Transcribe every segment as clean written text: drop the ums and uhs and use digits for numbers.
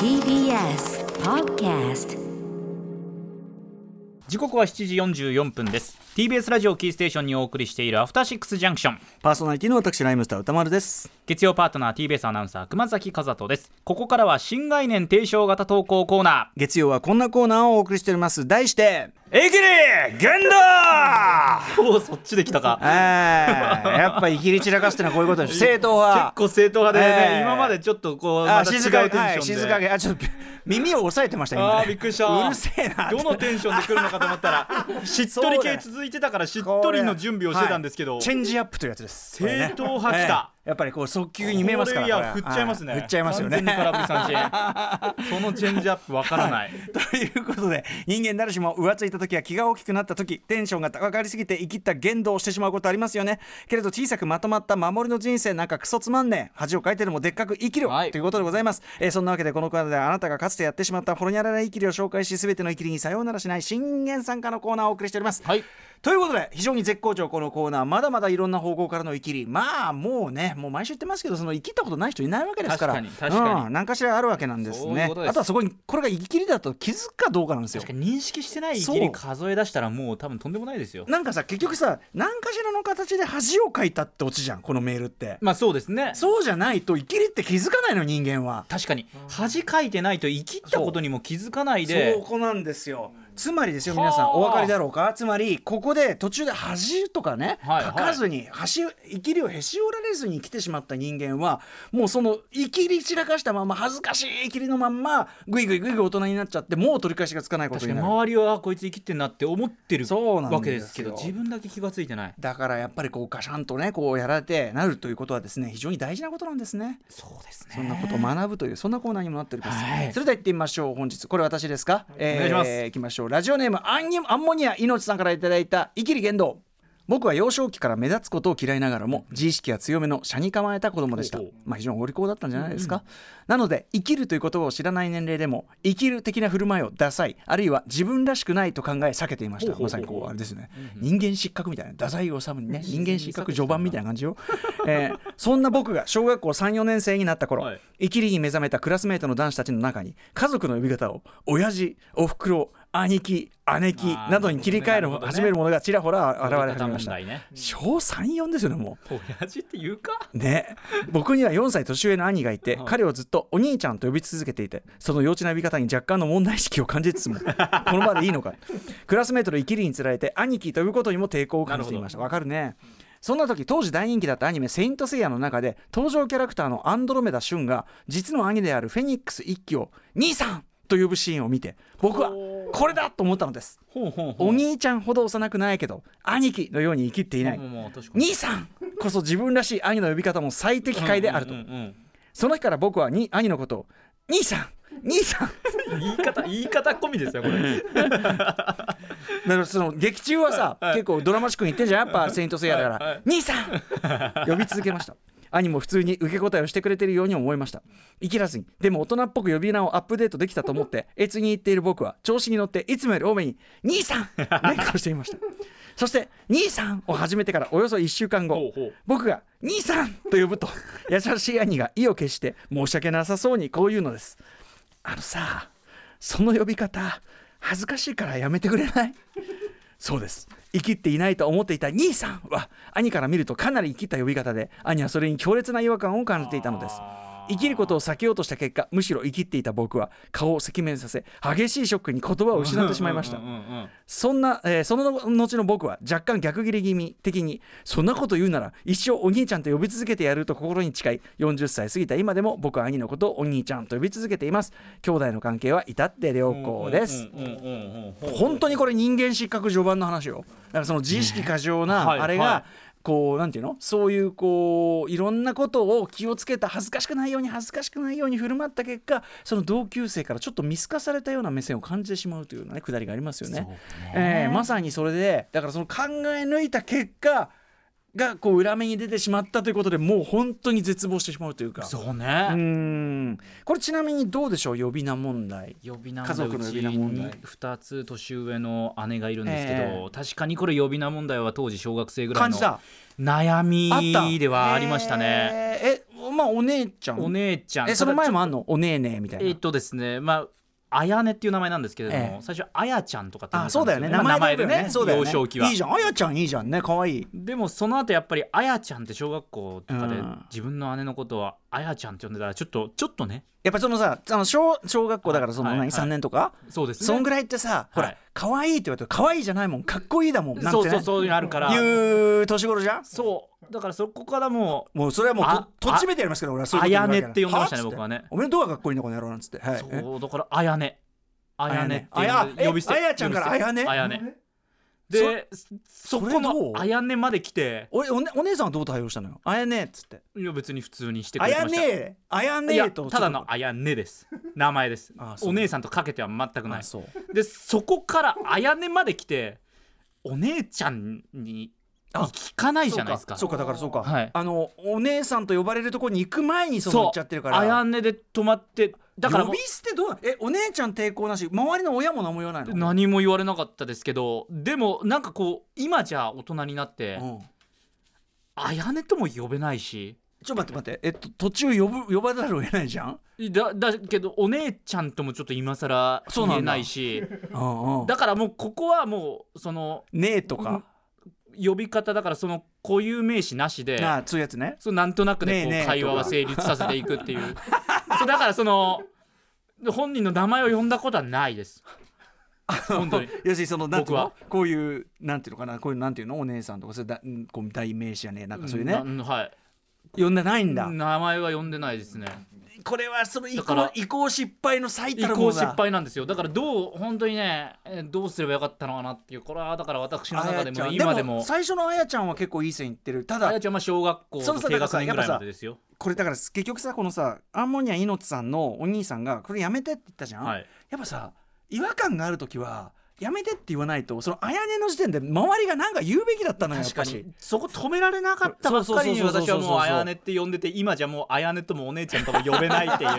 TBS Podcast。 時刻は7時44分です。 TBS ラジオキーステーションにお送りしているアフターシックスジャンクション、 パーソナリティの私ライムスター歌丸です。 月曜パートナー TBS アナウンサー熊崎和人です。ここからは新概念提唱型投稿コーナー。 月曜はこんなコーナーをお送りしております。題してイキリ言動おそっちできたかやっぱイキリ散らかすってのはこういうことです。正統派、 結構正統派でね、今までちょっとこうまた違うテンションで、 静かげちょっと耳を押さえてました今、ね、 びっくりした。 うるせえな。 どのテンションで来るのかと思ったらしっとり系続いてたからしっとりの準備をしてたんですけど、 チェンジアップというやつです。 正統派きた、 やっぱりこう速球に見えますから。 いや振っちゃいますね。 振っちゃいますよね。 完全に空振り三振そのチェンジアップわからない、 ということで、人間誰しも浮ついた時や気が大きくなった時、テンションが高がりすぎて生きった言動をしてしまうことありますよね。けれど小さくまとまった守りの人生なんかクソつまんねえ、恥をかいてるもでっかく生きる、ということでございます。そんなわけでこのコーナーであなたがかつてやってしまったほろにゃらら生きりを紹介し、全ての生きりにさようならしない新人間参加のコーナーをお送りしております。 はい、 ということで非常に絶好調このコーナー、まだまだいろんな方向からの生きり、まあもうね、もう毎週言ってますけど、その生きったことない人いないわけですから、 確かに、 何かしらあるわけなんですね。 そういうことです。 あとはそこにこれが生きりだと気づくかどうかなんですよ。 確かに認識してない生きり数え出したらもう多分とんでもないですよ。 なんかさ、結局さ、何かしらの形で恥をかいたってオチじゃんこのメールって。 まあそうですね。 そうじゃないと生きりって気づかないの、人間は。 確かに恥かいてないと生きったことにも気づかないで、 そこなんですよ。つまりですよ、皆さんお分かりだろうか。つまりここで途中で恥とかね、かかずに生きりをへし折られずに生きてしまった人間は、もうその生きり散らかしたまま、恥ずかしい生きりのまんまぐいぐい大人になっちゃって、もう取り返しがつかないことになる。 周りはこいつ生きてんなって思ってるわけですけど、 そうなんですよ。 自分だけ気がついてない。 だからやっぱりこうガシャンとね、こうやられてなるということはですね、非常に大事なことなんですね。 そうですね。 そんなことを学ぶという、そんなコーナーにもなっております、 はい、 それでは行ってみましょう。本日これ私ですか、 お願いします。 行きましょう。ラジオネームアンモニア命さんからいただいた生きり言動。僕は幼少期から目立つことを嫌いながらも自意識が強めの斜に構えた子供でした。まあ非常にお利口だったんじゃないですか、なので生きるという言葉を知らない年齢でも生きる的な振る舞いをダサい、あるいは自分らしくないと考え避けていました。まさにこうあれですね、人間失格みたいな、太宰治にね、人間失格序盤みたいな感じよ、そんな僕が小学校 3,4 年生になった頃、生きりに目覚めたクラスメートの男子たちの中に家族の呼び方を親父、おふくろ、兄貴、姉貴などに切り替え始めるものがちらほら現れ始めました。小 3,4 ですよね、もう。 親父って言うかね。僕には4歳年上の兄がいて、彼をずっとお兄ちゃんと呼び続けていて、その幼稚な呼び方に若干の問題意識を感じつつもこの場でいいのか、クラスメートの生きりにつられて兄貴と呼ぶことにも抵抗を感じていました。わかるね。そんな時、当時大人気だったアニメセイントセイヤの中で登場キャラクターのアンドロメダ俊が実の兄であるフェニックス一騎を兄さんと呼ぶシーンを見て、僕はこれだと思ったのです。お兄ちゃんほど幼くないけど兄貴のように生きっていない、兄さんこそ自分らしい兄の呼び方も最適解であると、その日から僕は兄のことを兄さん言い方込みですよこれだからその劇中はさ、結構ドラマチックに言ってんじゃん、やっぱセイントセイヤだから、兄さん呼び続けました。兄も普通に受け答えをしてくれているように思いました。生きらずにでも大人っぽく呼び名をアップデートできたと思って越に言っている僕は調子に乗っていつもより多めに兄さん連呼していました。そして兄さんを始めてからおよそ1週間後、僕が兄さんと呼ぶと優しい兄が意を決して申し訳なさそうにこう言うのです。あのさ、その呼び方恥ずかしいからやめてくれない？そうです。生きっていないと思っていた兄さんは兄から見るとかなり生きった呼び方で、兄はそれに強烈な違和感を感じていたのです。生きることを避けようとした結果、むしろ生きっていた僕は顔を赤面させ、激しいショックに言葉を失ってしまいました。その後の僕は若干逆ギレ気味的に、そんなこと言うなら一生お兄ちゃんと呼び続けてやると心に誓い、40歳過ぎた今でも僕は兄のことをお兄ちゃんと呼び続けています。兄弟の関係は至って良好です。本当にこれ人間失格序盤の話よ。だからその自意識過剰なあれが、こうなんていうの、そういうこういろんなことを気をつけた、恥ずかしくないように振る舞った結果、その同級生からちょっと見透かされたような目線を感じてしまうというようなね、くだりがありますよね。まさにそれで、だからその考え抜いた結果がこう裏目に出てしまったということで、もう本当に絶望してしまうというか。 そうね。 これちなみにどうでしょう、呼び名問題。家族の呼び名問題。 2つ年上の姉がいるんですけど、確かにこれ呼び名問題は当時小学生ぐらいの悩みではありましたね。 まあお姉ちゃん。 お姉ちゃん。 その前もあんのお姉ねみたいな。 ですね、まああやねっていう名前なんですけれども、最初あやちゃんとかって言うんですよ。 そうだよね、 名前でね、 そうだよね、 幼少期は。 いいじゃん、あやちゃんいいじゃんね、可愛い。 でもその後やっぱりあやちゃんって小学校とかでうん自分の姉のことはあやちゃんって呼んでたらちょっとね、 やっぱそのさ、小学校だからその何、3年とか、 そうですね、 そんぐらいってさ、ほら可愛いって言われて可愛いじゃないもん、かっこいいだもんなんてね、 そういうのあるからいう年頃じゃん。 そうだからそこからもうそれはもうとっちめてやりますけど、俺はそういうあやねっこと言うわけて呼んでましたね、僕はね。 おめでとうがかっこいいんだこの野郎なんつって、はい、 そうだからあやねって呼び捨て、 あやちゃんからあやねでそこのあやねまで来て、 お姉さんはどう対応したのよ。あやねっつって。 いや別に普通にしてくれてました。 あやねとただのあやねです、名前です。お姉さんとかけては全くない。でそこからあやねまで来てお姉ちゃんに聞かないじゃないですか。 そうかだからそうか、 はい、 お姉さんと呼ばれるところに行く前にそう言っちゃってるから、 あやねで止まって、だから呼び捨てどうお姉ちゃん抵抗なし、周りの親も何も言わないの？ 何も言われなかったですけど、でもなんかこう今じゃ大人になって、あやねとも呼べないし、 ちょっと待って途中呼ばざるを得ないじゃん。 だけどお姉ちゃんともちょっと今更言えないしだからもうここはもうそのねえとか呼び方だから、その固有名詞なしで、 そういうやつね、 なんとなくでこう会話は成立させていくっていうそうだからその本人の名前を呼んだことはないです本当に。 要するにそのなんていうの、こういうなんていうのかな、こういうなんていうの、お姉さんとかそれこう代名詞やね、なんかそういうね、 はい、 呼んでないんだ。 名前は呼んでないですね。 これはその移行失敗の最たるものだ。 移行失敗なんですよ。だから本当にね、どうすればよかったのかなっていう、これはだから私の中でも今でも最初のあやちゃんは結構いい線いってる。ただあやちゃんは小学校の低学年ぐらいまでですよ。 これだから結局さ、このさアンモニア猪木さんのお兄さんがこれやめてって言ったじゃん、やっぱさ違和感があるときはやめてって言わないと、そのあやねの時点で周りが何か言うべきだったのよ。 確かにそこ止められなかったばっかりに私はもうあやねって呼んでて、今じゃもうあやねともお姉ちゃんとも呼べないっていう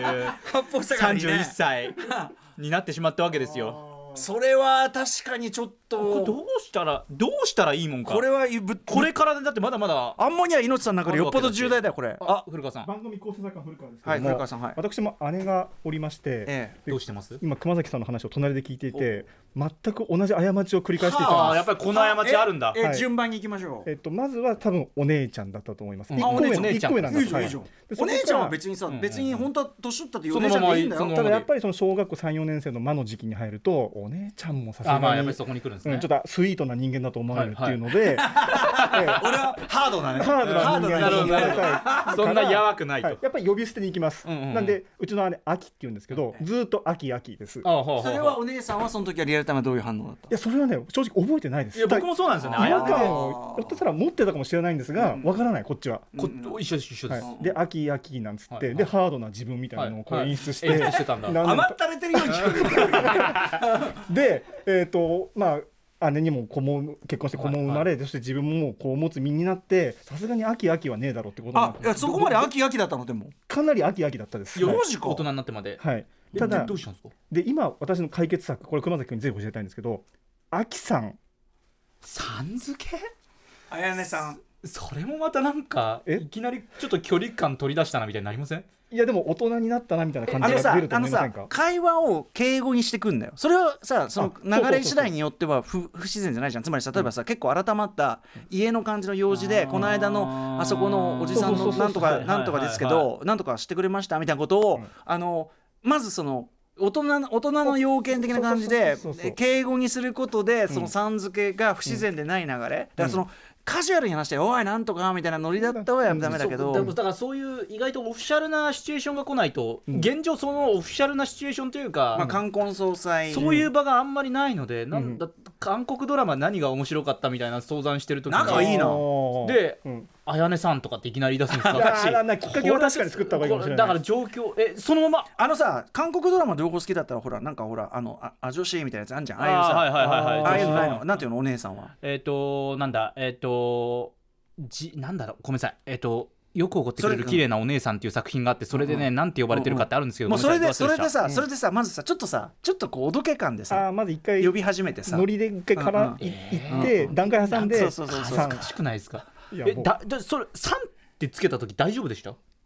31歳になってしまったわけですよ。 それは確かにちょっとこれどうしたらいいもんか。 これはこれからだってまだまだアンモニア猪木さんの中でよっぽど重大だよこれ。 古川さん、 番組構成作家の古川ですけども、 古川さん、 私も姉がおりまして、 どうしてます？ 今熊崎さんの話を隣で聞いていて、全く同じ過ちを繰り返していたんです。 やっぱりこの過ちあるんだ。 順番に行きましょう。 まずは多分お姉ちゃんだったと思います。 1個目なんです。 お姉ちゃんは別にさ、別に本当は年取ったっていうお姉ちゃんでいいんだよ。 ただやっぱりその小学校 3,4 年生の魔の時期に入ると、お姉ちゃんもさすがにやっぱりそこに来るんですね。 ちょっとスイートな人間だと思われるっていうので、俺はハードな人間だと思われたい。 そんなやわくないと。 やっぱり呼び捨てに行きます。なんでうちの姉秋って言うんですけど、ずっと秋です。 それはお姉さんはその時はリアルタイムはどういう反応だった？ いやそれはね正直覚えてないです。 いや僕もそうなんですよね。 違和感をひょっとしたら持ってたかもしれないんですが、わからないこっちは。 一緒です。 で秋なんつって、でハードな自分みたいなのをこう演出して甘ったれてるように聞こえる。でまあ姉にも結婚して子も生まれ、そして自分もこう持つ身になって、さすがに秋はねえだろうってことなんです。 そこまで秋だったの？でもかなり秋だったです。 大人になってまで。 ただどうしたんですか？ で今私の解決策、これ熊崎君にぜひ教えたいんですけど、秋さん付けあやねさん、 それもまたなんかいきなりちょっと距離感取り出したなみたいになりません？ いやでも大人になったなみたいな感じが出ると思いませんか？ 会話を敬語にしてくんだよ。それはさ、その流れ次第によっては不自然じゃないじゃん。つまり例えばさ、結構改まった家の感じの用事で、この間のあそこのおじさんのなんとかですけど、なんとかしてくれましたみたいなことをまずその大人の要件的な感じで敬語にすることで、そのさん付けが不自然でない流れ、だからそのカジュアルに話しておいなんとかみたいなノリだったはダメだけど、 だからそういう意外とオフィシャルなシチュエーションが来ないと、現状そのオフィシャルなシチュエーションというか、 冠婚葬祭そういう場があんまりないので、なんだ韓国ドラマ何が面白かったみたいな相談してる時に仲いいなで、あやねさんとかっていきなり言い出すんですか？ きっかけは確かに作った方がいいかもしれない。 だから状況そのままさ、韓国ドラマ両方好きだったらほらなんかほらアジョシーみたいなやつあんじゃん。ああいうさ、ああいうのないの？なんていうのお姉さんは？ なんだなんだろう、ごめんなさい。よく怒ってくれる綺麗なお姉さんっていう作品があって、それでね、なんて呼ばれてるかってあるんですけど、 もうそれでさ、まずさちょっとこうおどけ感でさ、 まず一回呼び始めてさ、 ノリで一回から行って段階挟んで、 恥ずかしくないですか？それ3ってつけた時大丈夫でした？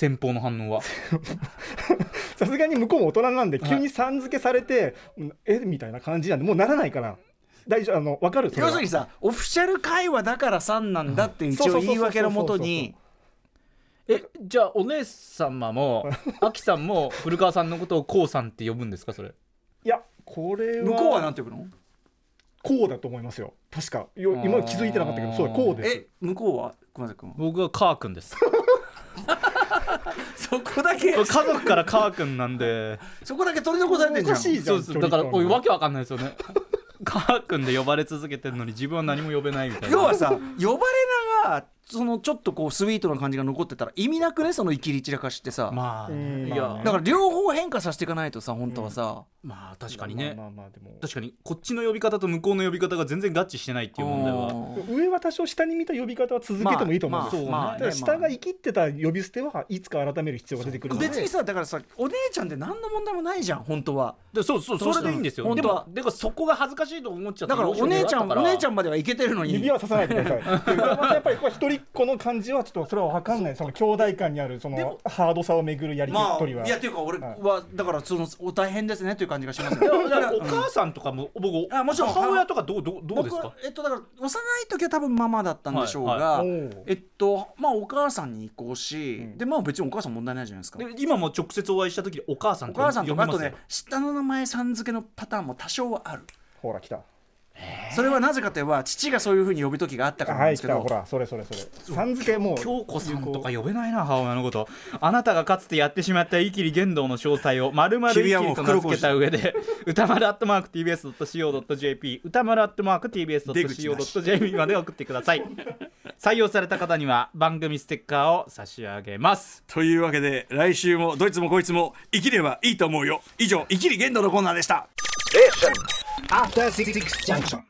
先方の反応は。 さすがに向こうも大人なんで急にさん付けされて、みたいな感じなんでもうならないから。大丈夫、分かる。 要するにさオフィシャル会話だからさんなんだって一応言い訳のもとに、 じゃあお姉様もアキさんも古川さんのことをこうさんって呼ぶんですかそれ。 いやこれは向こうはなんて呼ぶの？ こうだと思いますよ確か。今気づいてなかったけどそうこうです。 向こうは熊崎君は？ 僕はカー君です。 そこだけ家族からカー君なんでそこだけ取り残されてんじゃん。 おかしいじゃん。 そうだからわけわかんないですよね。カー君で呼ばれ続けてるのに自分は何も呼べないみたいな。 要はさ呼ばれながそのちょっとこうスイートな感じが残ってたら意味なくねそのイキリ散らかしってさ。 まあいやだから両方変化させていかないとさ本当はさ、 まあ確かにね。 でも確かにこっちの呼び方と向こうの呼び方が全然合致してないっていう問題は。 上は多少下に見た呼び方は続けてもいいと思うんです。ただ下が生きってた呼び捨てはいつか改める必要が出てくるので。 別にさだからさお姉ちゃんって何の問題もないじゃん本当は。 そうそれでいいんですよ。 本当はでもそこが恥ずかしいと思っちゃった。 だからお姉ちゃんまではいけてるのに指はささないでください。やっぱりこれ一人っ子の感じはちょっとそれは分かんない。その兄弟間にあるそのハードさをめぐるやり取りは。 いやっていうか俺はだからそのお大変ですねという感じがします。 だからお母さんとかも僕もちろん母親とかどうですか？ だから幼い時は多分ママだったんでしょうが、まあお母さんに移行し、でまあ別にお母さん問題ないじゃないですか。 で今も直接お会いした時にお母さんとかあとね下の名前さん付けのパターンも多少はある。 ほら来た。 それはなぜかといえば父がそういう風に呼ぶ時があったからなんですけど、 ほらそれさん付けもう京子さんとか呼べないな母親のこと。あなたがかつてやってしまったイキリ言動の詳細を丸々イキリと名付けた上で歌丸@tbs.co.jp 歌丸@tbs.co.jp まで送ってください。採用された方には番組ステッカーを差し上げます。 というわけで来週もどいつもこいつも生きればいいと思うよ。以上イキリ言動のコーナーでした。 After 66 junction.